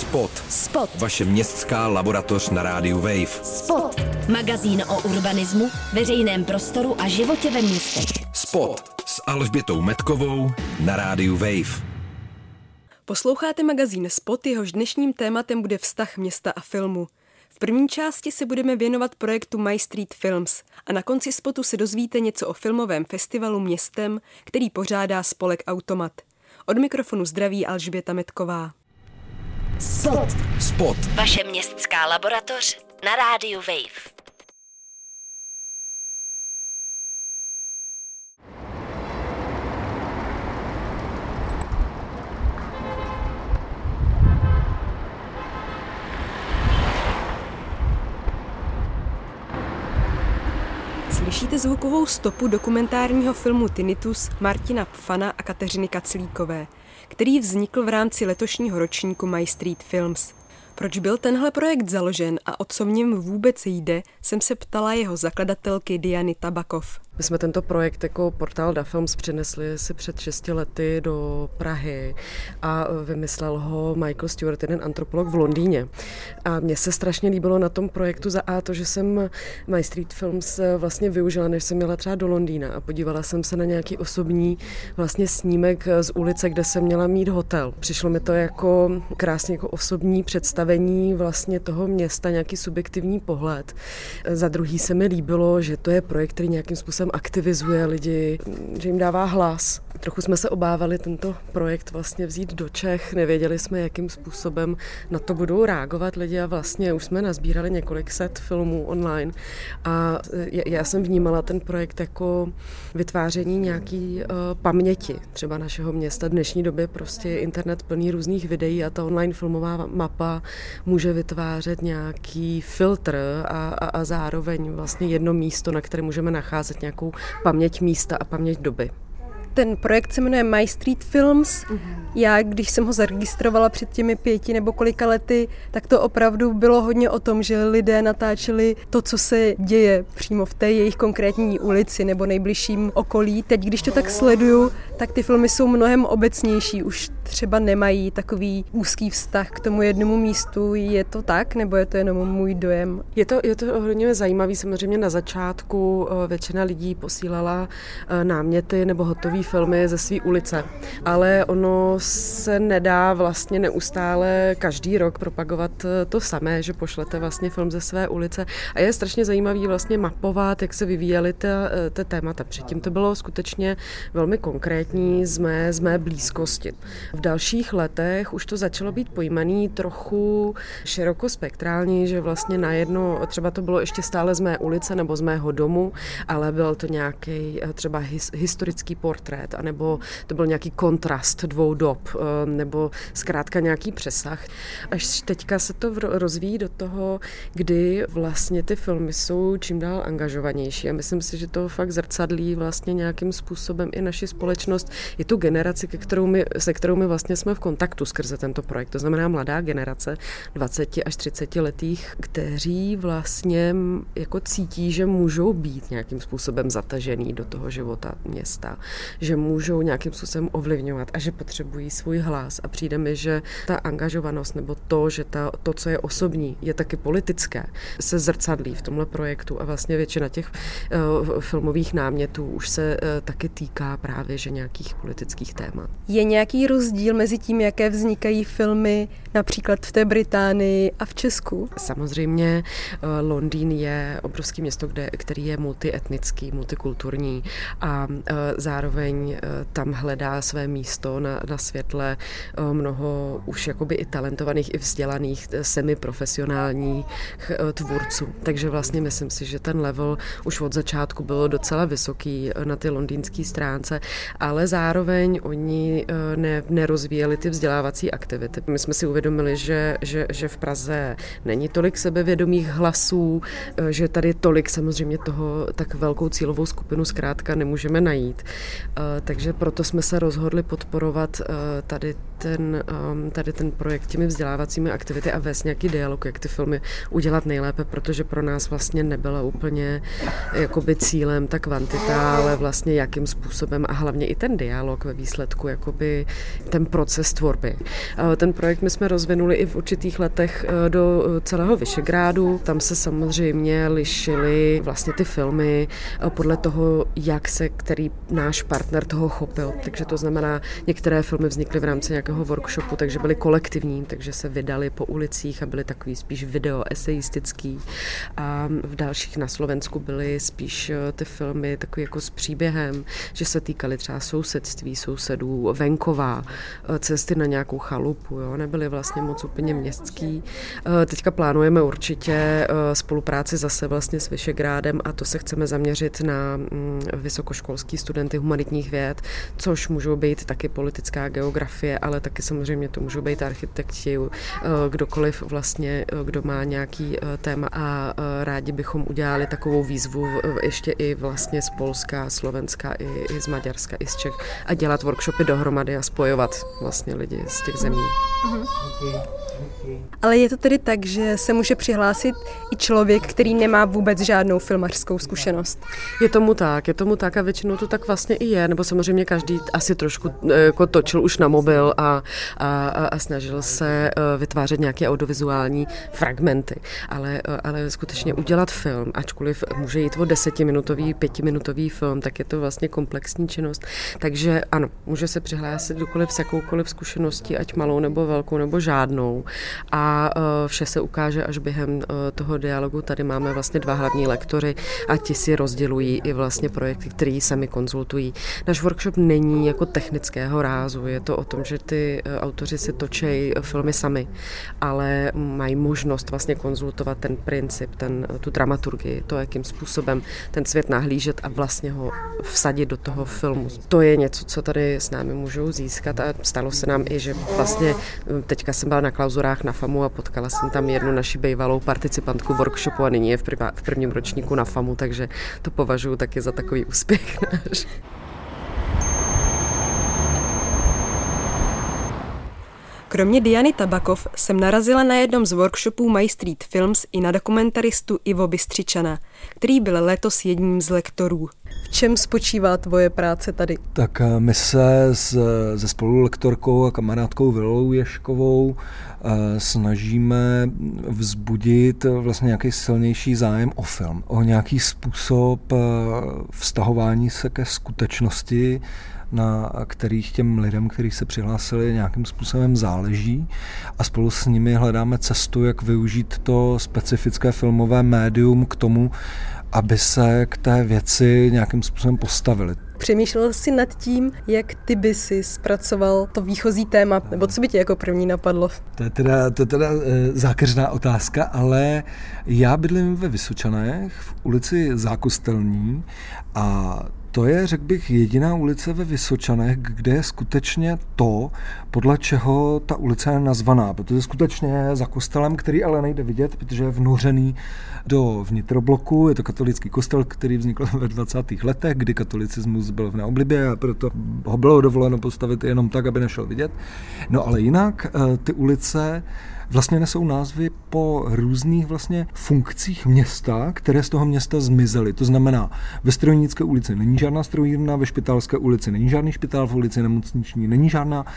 Spot. Spot. Vaše městská laboratoř na rádiu Wave. Spot. Magazín o urbanismu, veřejném prostoru a životě ve městech. Spot s Alžbětou Metkovou na rádiu Wave. Posloucháte magazín Spot, jehož dnešním tématem bude vztah města a filmu. V první části se budeme věnovat projektu My Street Films a na konci spotu se dozvíte něco o filmovém festivalu Městem, který pořádá spolek Automat. Od mikrofonu zdraví Alžběta Metková. Spot. Spot. Vaše městská laboratoř na rádiu Wave. Slyšíte zvukovou stopu dokumentárního filmu Tinnitus Martina Pfana a Kateřiny Kaclíkové, který vznikl v rámci letošního ročníku My Street Films. Proč byl tenhle projekt založen a o co v něm vůbec jde, jsem se ptala jeho zakladatelky Diany Tabakov. My jsme tento projekt jako portál Da Films přinesli si před 6 lety do Prahy a vymyslel ho Michael Stewart, jeden antropolog v Londýně. A mně se strašně líbilo na tom projektu za A to, že jsem My Street Films vlastně využila, než jsem jela třeba do Londýna a podívala jsem se na nějaký osobní vlastně snímek z ulice, kde jsem měla mít hotel. Přišlo mi to jako krásně jako osobní představení vlastně toho města, nějaký subjektivní pohled. Za druhý se mi líbilo, že to je projekt, který nějakým způsobem aktivizuje lidi, že jim dává hlas. Trochu jsme se obávali tento projekt vlastně vzít do Čech, nevěděli jsme, jakým způsobem na to budou reagovat lidi a vlastně už jsme nazbírali několik set filmů online a já jsem vnímala ten projekt jako vytváření nějaký paměti třeba našeho města. V dnešní době prostě je internet plný různých videí a ta online filmová mapa může vytvářet nějaký filtr a zároveň vlastně jedno místo, na které můžeme nacházet nějakou paměť místa a paměť doby. Ten projekt se jmenuje My Street Films. Já, když jsem ho zaregistrovala před těmi 5 nebo kolika lety, tak to opravdu bylo hodně o tom, že lidé natáčeli to, co se děje přímo v té jejich konkrétní ulici nebo nejbližším okolí. Teď, když to tak sleduju, tak ty filmy jsou mnohem obecnější. Už třeba nemají takový úzký vztah k tomu jednomu místu. Je to tak, nebo je to jenom můj dojem? Je to hodně zajímavý. Samozřejmě na začátku většina lidí posílala náměty nebo hotové filmy ze své ulice, ale ono se nedá vlastně neustále každý rok propagovat to samé, že pošlete vlastně film ze své ulice a je strašně zajímavý vlastně mapovat, jak se vyvíjely ty témata. Předtím to bylo skutečně velmi konkrétní z mé blízkosti. V dalších letech už to začalo být pojímaný trochu širokospektrální, že vlastně najednou, třeba to bylo ještě stále z mé ulice nebo z mého domu, ale byl to nějaký třeba historický portrét, anebo to byl nějaký kontrast dvou dob, nebo zkrátka nějaký přesah. Až teďka se to rozvíjí do toho, kdy vlastně ty filmy jsou čím dál angažovanější a myslím si, že to fakt zrcadlí vlastně nějakým způsobem i naši společnost, i tu generaci, se kterou my vlastně jsme v kontaktu skrze tento projekt. To znamená mladá generace 20 až 30 letých, kteří vlastně jako cítí, že můžou být nějakým způsobem zatažený do toho života města, že můžou nějakým způsobem ovlivňovat a že potřebují svůj hlas. A přijde mi, že ta angažovanost nebo to, že to, co je osobní, je taky politické, se zrcadlí v tomhle projektu a vlastně většina těch filmových námětů už se taky týká právě že nějakých politických témat. Je nějaký rozdíl mezi tím, jaké vznikají filmy například v té Británii a v Česku? Samozřejmě Londýn je obrovské město, který je multietnický, multikulturní a zároveň tam hledá své místo na světle mnoho už jakoby i talentovaných, i vzdělaných, semiprofesionálních tvůrců. Takže vlastně myslím si, že ten level už od začátku byl docela vysoký na ty londýnské stránce, ale zároveň oni nerozvíjeli ty vzdělávací aktivity. My jsme si uvědomili, že v Praze není tolik sebevědomých hlasů, že tady tolik samozřejmě toho tak velkou cílovou skupinu zkrátka nemůžeme najít. Takže proto jsme se rozhodli podporovat tady ten projekt těmi vzdělávacími aktivity a vést nějaký dialog, jak ty filmy udělat nejlépe, protože pro nás vlastně nebyla úplně jakoby cílem ta kvantita, ale vlastně jakým způsobem a hlavně i ten dialog ve výsledku, jakoby ten proces tvorby. Ten projekt my jsme rozvinuli i v určitých letech do celého Visegrádu. Tam se samozřejmě lišily vlastně ty filmy podle toho, jak se který náš partner toho chopil. Takže to znamená, některé filmy vznikly v rámci nějakého workshopu, takže byly kolektivní, takže se vydali po ulicích a byly takový spíš video-eseistický. A v dalších na Slovensku byly spíš ty filmy takový jako s příběhem, že se týkaly třeba sousedství, sousedů, venkova, cesty na nějakou chalupu, jo? Nebyly vlastně moc úplně městský. Teďka plánujeme určitě spolupráci zase vlastně s Visegrádem a to se chceme zaměřit na vysokoškolský studenty humanitních věd, což můžou být taky politická geografie, ale taky samozřejmě to můžou být architekti, kdokoliv vlastně, kdo má nějaký téma a rádi bychom udělali takovou výzvu ještě i vlastně z Polska, Slovenska, i z Maďarska, i z Čech a dělat workshopy dohromady a spojovat vlastně lidi z těch zemí. Ale je to tedy tak, že se může přihlásit i člověk, který nemá vůbec žádnou filmařskou zkušenost? Je tomu tak a většinou to tak vlastně i je, nebo samozřejmě každý asi trošku jako točil už na mobil a snažil se vytvářet nějaké audiovizuální fragmenty, ale skutečně udělat film, ačkoliv může jít o 10-minutový, 5-minutový film, tak je to vlastně komplexní činnost, takže ano, může se přihlásit kdokoliv s jakoukoliv zkušeností, ať malou nebo velkou nebo žádnou a vše se ukáže až během toho dialogu. Tady máme vlastně 2 hlavní lektory a ti si rozdělují i vlastně projekty, který sami konzultují. Náš workshop není jako technického rázu, je to o tom, že ty autoři si točí filmy sami, ale mají možnost vlastně konzultovat ten princip, tu dramaturgii, to, jakým způsobem ten svět nahlížet a vlastně ho vsadit do toho filmu. To je něco, co tady s námi můžou získat a stalo se nám i, že vlastně teďka jsem byla na klauzurách na FAMu a potkala jsem tam jednu naši bývalou participantku workshopu a nyní je v prvním ročníku na FAMu, takže to považuji taky za takový úspěch náš. Kromě Diany Tabakov jsem narazila na jednom z workshopů My Street Films i na dokumentaristu Ivo Bystřičana, který byl letos jedním z lektorů. V čem spočívá tvoje práce tady? Tak my se se spolulektorkou a kamarádkou Vilou Ježkovou snažíme vzbudit vlastně nějaký silnější zájem o film, o nějaký způsob vztahování se ke skutečnosti, na kterých těm lidem, kteří se přihlásili, nějakým způsobem záleží a spolu s nimi hledáme cestu, jak využít to specifické filmové médium k tomu, aby se k té věci nějakým způsobem postavili. Přemýšlel jsi nad tím, jak ty by si zpracoval to výchozí téma, nebo co by tě jako první napadlo? To je teda zákeřná otázka, ale já bydlím ve Vysočanech v ulici Zákostelní a to je, řekl bych, jediná ulice ve Vysočanech, kde je skutečně to, podle čeho ta ulice je nazvaná. Protože skutečně je za kostelem, který ale nejde vidět, protože je vnořený do vnitrobloku. Je to katolický kostel, který vznikl ve 20. letech, kdy katolicismus byl v neoblibě a proto ho bylo dovoleno postavit jenom tak, aby nešel vidět. No ale jinak ty ulice vlastně nesou názvy po různých vlastně funkcích města, které z toho města zmizely. To znamená, ve Strojnické ulici není žádná strojírna, ve Špitálské ulici není žádný špitál, v ulici Nemocniční není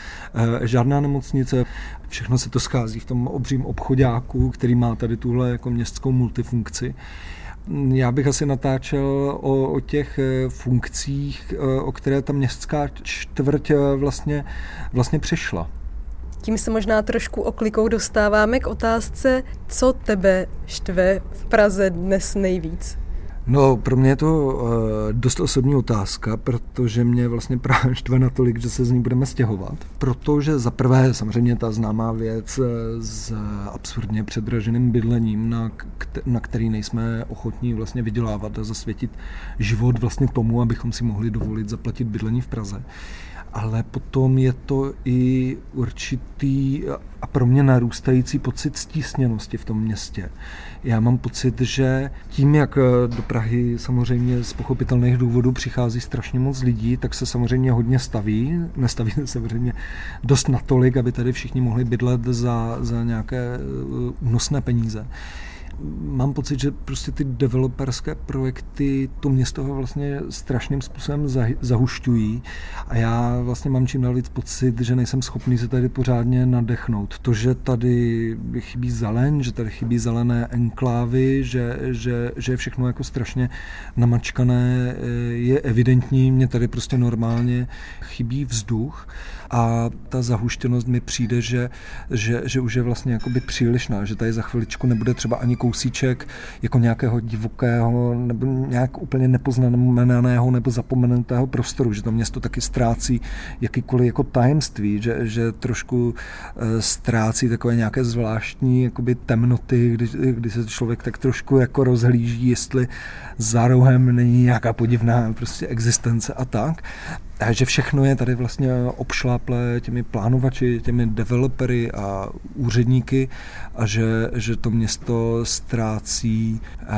žádná nemocnice. Všechno se to schází v tom obřím obchoďáku, který má tady tuhle jako městskou multifunkci. Já bych asi natáčel o těch funkcích, o které ta městská čtvrť vlastně přišla. Tím se možná trošku oklikou dostáváme k otázce, co tebe štve v Praze dnes nejvíc? No, pro mě je to dost osobní otázka, protože mě vlastně Praha štve natolik, že se z ní budeme stěhovat. Protože za prvé samozřejmě ta známá věc s absurdně předraženým bydlením, na který nejsme ochotní vlastně vydělávat a zasvětit život vlastně tomu, abychom si mohli dovolit zaplatit bydlení v Praze. Ale potom je to i určitý a pro mě narůstající pocit stísněnosti v tom městě. Já mám pocit, že tím, jak do Prahy samozřejmě z pochopitelných důvodů přichází strašně moc lidí, tak se samozřejmě hodně staví. Nestaví se samozřejmě dost natolik, aby tady všichni mohli bydlet za nějaké únosné peníze. mám pocit, že prostě ty developerské projekty to město vlastně strašným způsobem zahušťují a já vlastně mám čím dál víc pocit, že nejsem schopný se tady pořádně nadechnout. To, že tady chybí zeleň, že tady chybí zelené enklávy, že je všechno jako strašně namačkané, je evidentní, mě tady prostě normálně chybí vzduch a ta zahuštěnost mi přijde, že už je vlastně jakoby přílišná, že tady za chviličku nebude třeba ani kousíček jako nějakého divokého nebo nějak úplně nepoznamenaného nebo zapomenutého prostoru, že to město taky ztrácí jakýkoliv jako tajemství, že trošku ztrácí takové nějaké zvláštní jakoby temnoty, kdy se člověk tak trošku jako rozhlíží, jestli za rohem není nějaká podivná prostě existence a tak. A že všechno je tady vlastně obšláplé těmi plánovači, těmi developery a úředníky a že to město ztrácí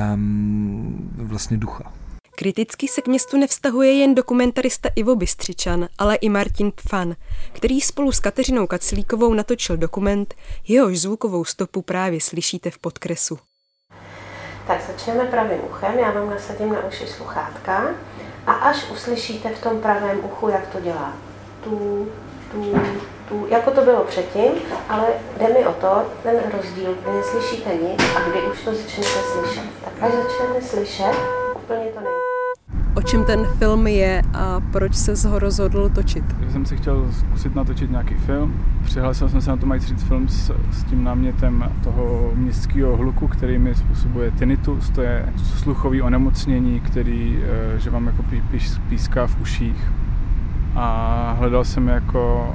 vlastně ducha. Kriticky se k městu nevztahuje jen dokumentarista Ivo Bystřičan, ale i Martin Pfan, který spolu s Kateřinou Kaclíkovou natočil dokument, jehož zvukovou stopu právě slyšíte v podkresu. Tak začneme pravým uchem, já vám nasadím na uši sluchátka a až uslyšíte v tom pravém uchu, jak to dělá. Tu, jako to bylo předtím, ale jde mi o to, ten rozdíl, kdy neslyšíte nic a kdy už to začnete slyšet. Tak až začnete slyšet, úplně to nejde. O čem ten film je a proč se ho rozhodl točit? Já jsem si chtěl zkusit natočit nějaký film. Přihlásil jsem se na to My Street Films s tím námětem toho městského hluku, který mi způsobuje tinnitus. To je sluchové onemocnění, který že vám jako píská v uších. A hledal jsem jako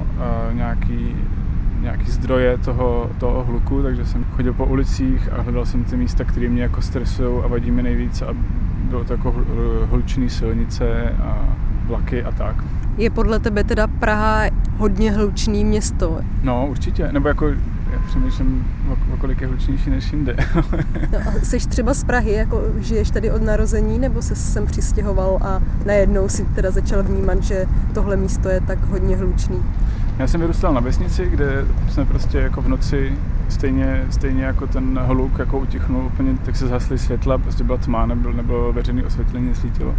nějaký zdroje toho hluku, takže jsem chodil po ulicích a hledal jsem ty místa, které mě jako stresují a vadí mi nejvíc. A bylo to jako hlučný silnice a vlaky a tak. Je podle tebe teda Praha hodně hlučný město? No, určitě. Nebo jako já přemýšlím, o kolik je hlučnější než jinde. No, jsi třeba z Prahy, jako žiješ tady od narození, nebo se sem přistěhoval a najednou si teda začal vnímat, že tohle místo je tak hodně hlučný? Já jsem vyrůstal na vesnici, kde jsme prostě jako v noci stejně jako ten hluk jako utichnul úplně, tak se zhasly světla, prostě byla tma, nebylo veřejné osvětlení, nesvítilo.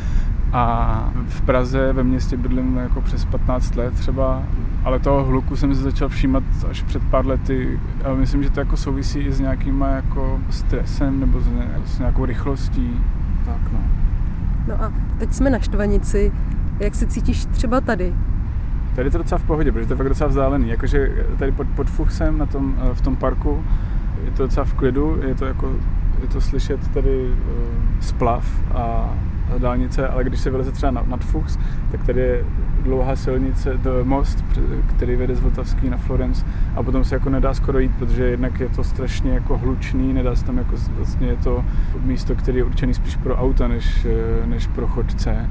A v Praze ve městě bydlím jako přes 15 let třeba, ale toho hluku jsem se začal všímat až před pár lety. A myslím, že to jako souvisí i s nějakýma jako stresem nebo s nějakou rychlostí. Tak no. No a teď jsme na Štvanici. Jak se cítíš třeba tady? Tady je to docela v pohodě, protože to je fakt docela vzdálený. Jakože tady pod Fuchsem v tom parku je to docela v klidu, je to slyšet tady splav a dálnice, ale když se vyleze třeba nad Fuchs, tak tady je dlouhá silnice, most, který vede z Vltavský na Florence a potom se jako nedá skoro jít, protože jednak je to strašně jako hlučný, nedá se tam jako vlastně je to místo, které je určený spíš pro auta než pro chodce.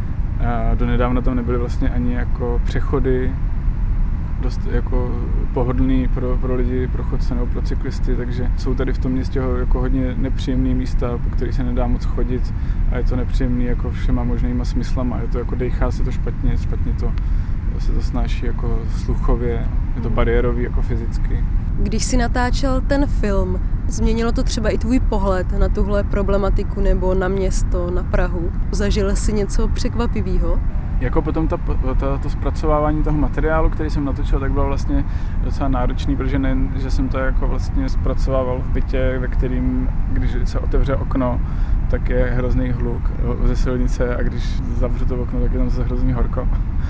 A donedávna tam nebyly vlastně ani jako přechody, dost jako pohodlný pro lidi, pro chodce nebo pro cyklisty, takže jsou tady v tom městě jako hodně nepříjemný místa, po kterých se nedá moc chodit a je to nepříjemný jako všema možnýma smyslama. Je to jako dejchá se to špatně to se to snáší jako sluchově, je to bariérový jako fyzicky. Když jsi natáčel ten film, změnilo to třeba i tvůj pohled na tuhle problematiku nebo na město, na Prahu? Zažil jsi něco překvapivého? Jako potom to zpracovávání toho materiálu, který jsem natočil, tak bylo vlastně docela náročný, protože nejen, že jsem to jako vlastně zpracovával v bytě, ve kterým, když se otevře okno, tak je hrozný hluk ze silnice a když zavřu to okno, tak je tam zase hrozný horko.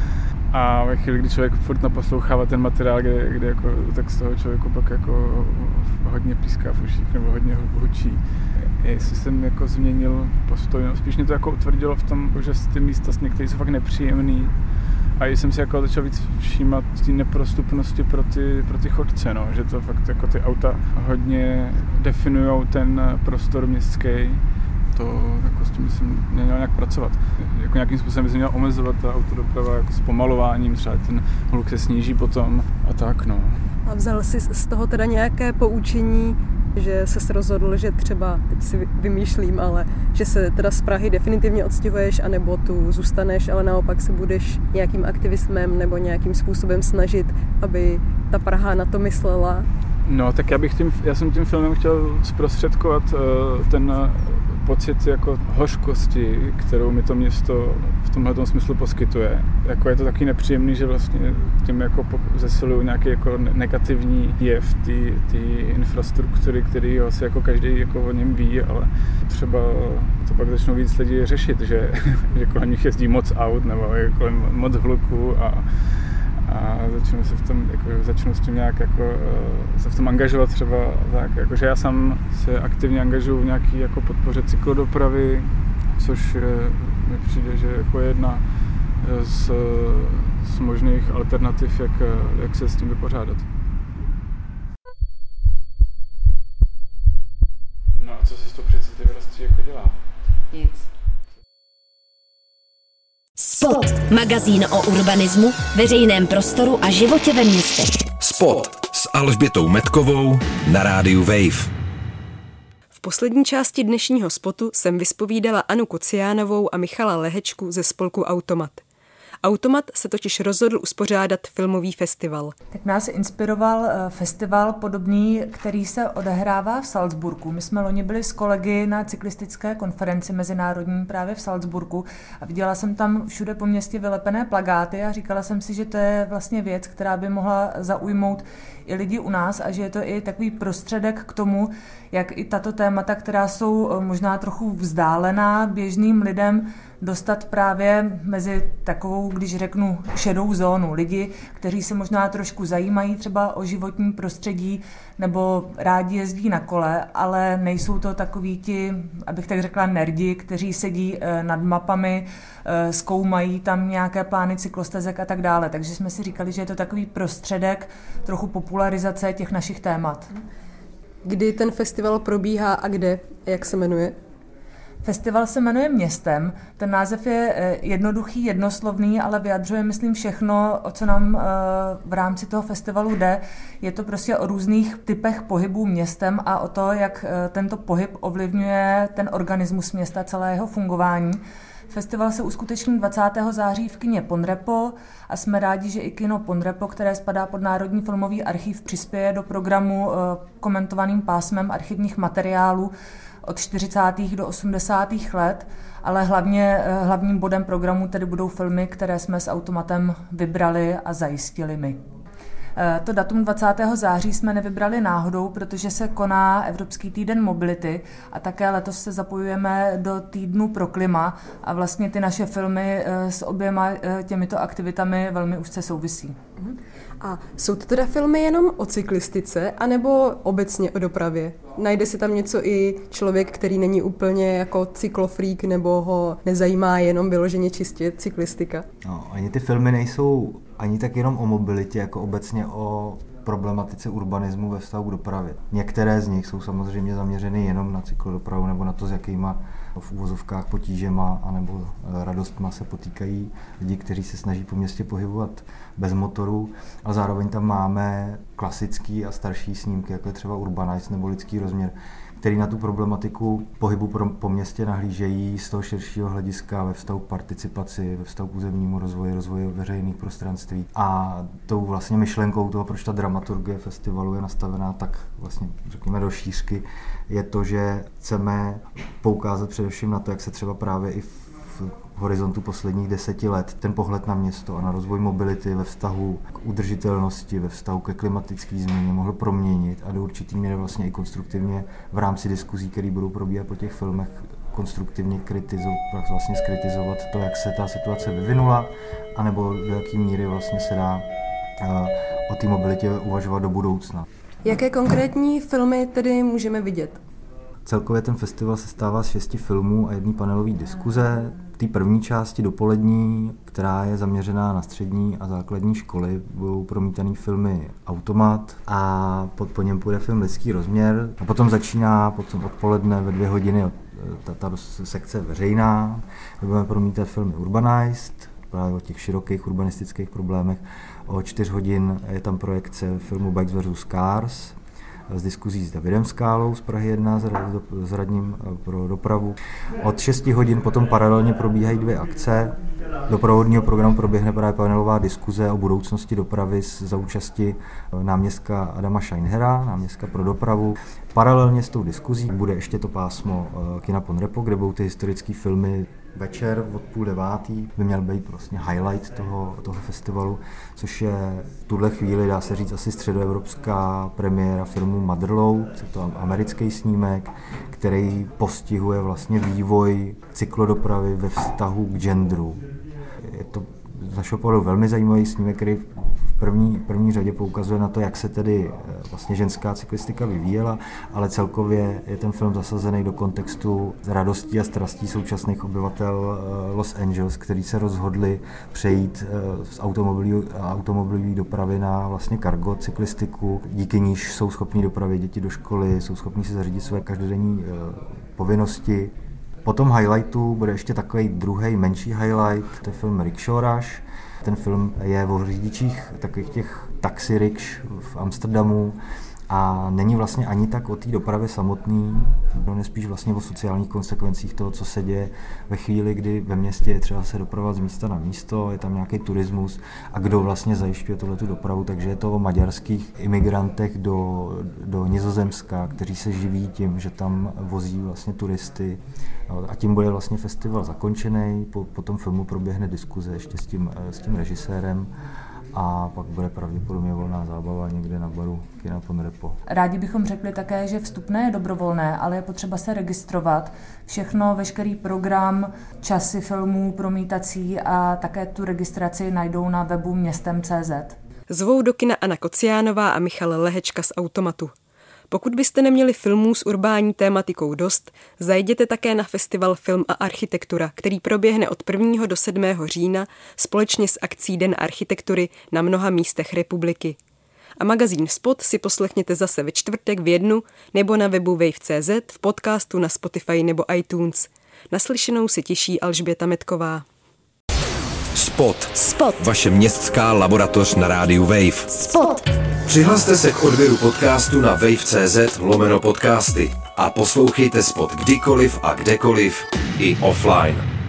A ve chvíli, kdy člověk furt naposlouchává ten materiál, kde jako, tak z toho člověku pak jako hodně píská v uších nebo hodně hučí. Jestli jsem jako změnil postoj, no, spíš mě to jako utvrdilo v tom, že ty místa některé jsou fakt nepříjemný. A jsem si jako začal víc všímat té neprostupnosti pro ty chodce, no, že to fakt jako ty auta hodně definujou ten prostor městský. To jako s tím jsem měl nějak pracovat. Jako nějakým způsobem by se měl omezovat ta autodoprava jako s pomalováním, třeba ten hluk se sníží potom a tak, no. A vzal jsi z toho teda nějaké poučení, že ses rozhodl, že třeba, teď si vymýšlím, ale že se teda z Prahy definitivně odstěhuješ, anebo tu zůstaneš, ale naopak se budeš nějakým aktivismem nebo nějakým způsobem snažit, aby ta Praha na to myslela? No, tak já jsem tím filmem chtěl zprostředkovat ten pocit jako hořkosti, kterou mi to město v tomhletom smyslu poskytuje. Jako je to taky nepříjemný, že vlastně tím jako zesiluju nějaký jako negativní jev té infrastruktury, který asi jako každý jako o něm ví, ale třeba to pak začnou víc lidi řešit, že kolem nich jezdí moc aut nebo je kolem moc hluku a začnu s tím nějak jako se v tom angažovat třeba tak, jakože já sám se aktivně angažuju v nějaký jako podpoře cyklodopravy, což mi přijde, že jako je jedna z možných alternativ, jak se s tím vypořádat. No a co se s tou představivostí jako dělá? Nic. Spot. Magazín o urbanismu, veřejném prostoru a životě ve městech. Spot s Alžbětou Metkovou na rádiu Wave. V poslední části dnešního spotu jsem vyspovídala Anu Kociánovou a Michala Lehečku ze spolku Automat. Automat se totiž rozhodl uspořádat filmový festival. Tak nás inspiroval festival podobný, který se odehrává v Salzburgu. My jsme loni byli s kolegy na cyklistické konferenci mezinárodní právě v Salzburgu a viděla jsem tam všude po městě vylepené plakáty a říkala jsem si, že to je vlastně věc, která by mohla zaujmout i lidi u nás a že je to i takový prostředek k tomu, jak i tato témata, která jsou možná trochu vzdálená běžným lidem, dostat právě mezi takovou, když řeknu, šedou zónu. Lidi, kteří se možná trošku zajímají třeba o životní prostředí nebo rádi jezdí na kole, ale nejsou to takoví ti, abych tak řekla, nerdi, kteří sedí nad mapami, zkoumají tam nějaké plány cyklostezek a tak dále. Takže jsme si říkali, že je to takový prostředek trochu popularizace těch našich témat. Kdy ten festival probíhá a kde? Jak se jmenuje? Festival se jmenuje Městem. Ten název je jednoduchý, jednoslovný, ale vyjadřuje, myslím, všechno, o co nám v rámci toho festivalu jde. Je to prostě o různých typech pohybů městem a o to, jak tento pohyb ovlivňuje ten organismus města, celé jeho fungování. Festival se uskuteční 20. září v kině Ponrepo a jsme rádi, že i kino Ponrepo, které spadá pod Národní filmový archiv, přispěje do programu komentovaným pásmem archivních materiálů od 40. do 80. let, ale hlavním bodem programu tedy budou filmy, které jsme s Automatem vybrali a zajistili my. To datum 20. září jsme nevybrali náhodou, protože se koná Evropský týden mobility a také letos se zapojujeme do týdnu pro klima a vlastně ty naše filmy s oběma těmito aktivitami velmi úzce souvisí. A jsou to teda filmy jenom o cyklistice, anebo obecně o dopravě? Najde si tam něco i člověk, který není úplně jako cyklofreak, nebo ho nezajímá jenom vyloženě čistě cyklistika? No, ani ty filmy nejsou ani tak jenom o mobilitě, jako obecně o problematice urbanismu ve vztahu k dopravě. Některé z nich jsou samozřejmě zaměřeny jenom na cyklodopravu nebo na to, s jakýma v uvozovkách potížema anebo radostma se potýkají lidi, kteří se snaží po městě pohybovat bez motoru, ale zároveň tam máme klasický a starší snímky, jako je třeba Urbanize nebo Lidský rozměr, který na tu problematiku pohybu po městě nahlížejí z toho širšího hlediska ve vztahu k participaci, ve vztahu k územnímu rozvoji veřejných prostranství. A tou vlastně myšlenkou toho, proč ta dramaturgie festivalu je nastavená tak vlastně, řekněme, do šířky, je to, že chceme poukázat především na to, jak se třeba právě i v horizontu posledních 10 let ten pohled na město a na rozvoj mobility ve vztahu k udržitelnosti, ve vztahu ke klimatické změně mohl proměnit a do určitý míry vlastně i konstruktivně v rámci diskuzí, které budou probíhat po těch filmech, konstruktivně skritizovat to, jak se ta situace vyvinula, anebo do jaký míry vlastně se dá o té mobilitě uvažovat do budoucna. Jaké konkrétní filmy tedy můžeme vidět? Celkově ten festival se stává z 6 filmů a 1 panelové diskuze. V té první části dopolední, která je zaměřená na střední a základní školy, budou promítaný filmy Automat a po něm půjde film Lidský rozměr. A potom začíná odpoledne ve 2 hodiny ta sekce veřejná, kde budeme promítat filmy Urbanized, právě o těch širokých urbanistických problémech. O 4 hodin je tam projekce filmu Bikes vs. Cars s diskuzí s Davidem Skálou z Prahy 1, s radním pro dopravu. Od 6 hodin potom paralelně probíhají 2 akce. doprovodního programu proběhne právě panelová diskuze o budoucnosti dopravy za účasti náměstka Adama Scheinhera, náměstka pro dopravu. Paralelně s tou diskuzí bude ještě to pásmo kina Ponrepo, kde budou ty historické filmy. Večer od 8:30 by měl být vlastně highlight toho festivalu, což je v tuhle chvíli, dá se říct, asi středoevropská premiéra filmu Motherlode, je to americký snímek, který postihuje vlastně vývoj cyklodopravy ve vztahu k genderu. Je to z našeho pohledu velmi zajímavý snímek, který v první řadě poukazuje na to, jak se tedy vlastně ženská cyklistika vyvíjela, ale celkově je ten film zasazený do kontextu radostí a strastí současných obyvatel Los Angeles, kteří se rozhodli přejít z automobilové dopravy na vlastně cargo cyklistiku, díky níž jsou schopni dopravit děti do školy, jsou schopni si zařídit své každodenní povinnosti. Po tom highlightu bude ještě takový druhý menší highlight, to je film Rickshaw Rush. Ten film je o řidičích takových těch taxi rikš v Amsterdamu a není vlastně ani tak o té dopravě samotný, nebo spíš vlastně o sociálních konsekvencích toho, co se děje ve chvíli, kdy ve městě je třeba se dopravovat z místa na místo, je tam nějaký turismus a kdo vlastně zajišťuje tuhletu dopravu, takže je to o maďarských imigrantech do Nizozemska, kteří se živí tím, že tam vozí vlastně turisty a tím bude vlastně festival zakončený, po tom filmu proběhne diskuze ještě s tím režisérem a pak bude pravděpodobně volná zábava někde na baru kina Ponrepo. Rádi bychom řekli také, že vstupné je dobrovolné, ale je potřeba se registrovat. Všechno, veškerý program, časy filmů, promítací a také tu registraci najdou na webu městem.cz. Zvou do kina Anna Kociánová a Michal Lehečka z Automatu. Pokud byste neměli filmů s urbání tématikou dost, zajděte také na festival Film a architektura, který proběhne od 1. do 7. října společně s akcí Den architektury na mnoha místech republiky. A magazín Spot si poslechněte zase ve čtvrtek v 1 nebo na webu Wave.cz, v podcastu na Spotify nebo iTunes. Naslyšenou se těší Alžběta Metková. Spot. Vaše městská laboratoř na rádiu Wave. Spot. Přihlaste se k odběru podcastu na wave.cz/podcasty a poslouchejte Spot kdykoliv a kdekoliv i offline.